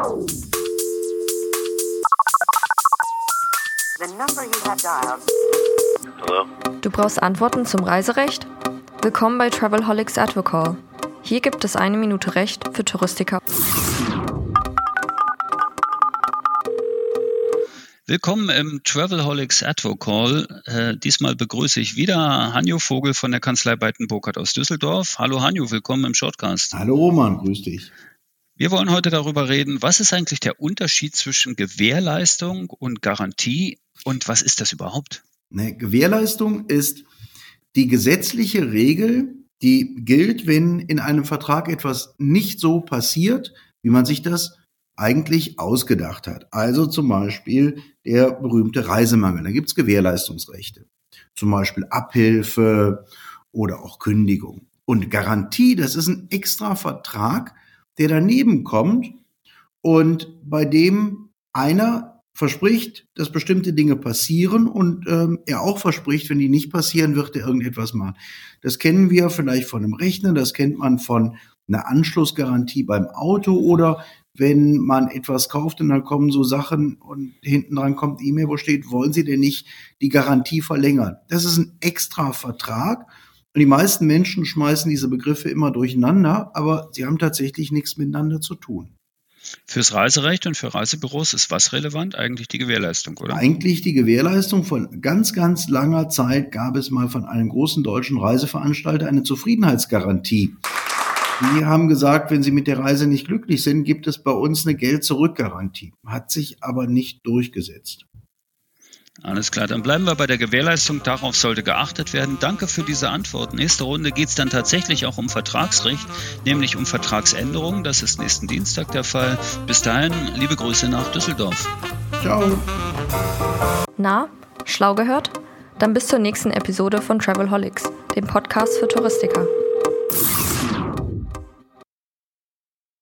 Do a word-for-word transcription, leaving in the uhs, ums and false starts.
Du brauchst Antworten zum Reiserecht? Willkommen bei Travelholics Advocall. Hier gibt es eine Minute Recht für Touristiker. Willkommen im Travelholics Advocall. Äh, diesmal begrüße ich wieder Hanjo Vogel von der Kanzlei Beiten-Burkhardt aus Düsseldorf. Hallo Hanjo, willkommen im Shortcast. Hallo Roman, grüß dich. Wir wollen heute darüber reden, was ist eigentlich der Unterschied zwischen Gewährleistung und Garantie und was ist das überhaupt? Ne, Gewährleistung ist die gesetzliche Regel, die gilt, wenn in einem Vertrag etwas nicht so passiert, wie man sich das eigentlich ausgedacht hat. Also zum Beispiel der berühmte Reisemangel. Da gibt es Gewährleistungsrechte. Zum Beispiel Abhilfe oder auch Kündigung. Und Garantie, das ist ein extra Vertrag, der daneben kommt und bei dem einer verspricht, dass bestimmte Dinge passieren und ähm, er auch verspricht, wenn die nicht passieren, wird er irgendetwas machen. Das kennen wir vielleicht von einem Rechner, das kennt man von einer Anschlussgarantie beim Auto oder wenn man etwas kauft und dann kommen so Sachen und hinten dran kommt eine E-Mail, wo steht, wollen Sie denn nicht die Garantie verlängern? Das ist ein extra Vertrag. Und die meisten Menschen schmeißen diese Begriffe immer durcheinander, aber sie haben tatsächlich nichts miteinander zu tun. Fürs Reiserecht und für Reisebüros ist was relevant? Eigentlich die Gewährleistung, oder? Eigentlich die Gewährleistung. Von ganz, ganz langer Zeit gab es mal von einem großen deutschen Reiseveranstalter eine Zufriedenheitsgarantie. Die haben gesagt, wenn Sie mit der Reise nicht glücklich sind, gibt es bei uns eine Geld-Zurück-Garantie. Hat sich aber nicht durchgesetzt. Alles klar, dann bleiben wir bei der Gewährleistung. Darauf sollte geachtet werden. Danke für diese Antwort. Nächste Runde geht es dann tatsächlich auch um Vertragsrecht, nämlich um Vertragsänderungen. Das ist nächsten Dienstag der Fall. Bis dahin, liebe Grüße nach Düsseldorf. Ciao. Na, schlau gehört? Dann bis zur nächsten Episode von Travelholics, dem Podcast für Touristiker.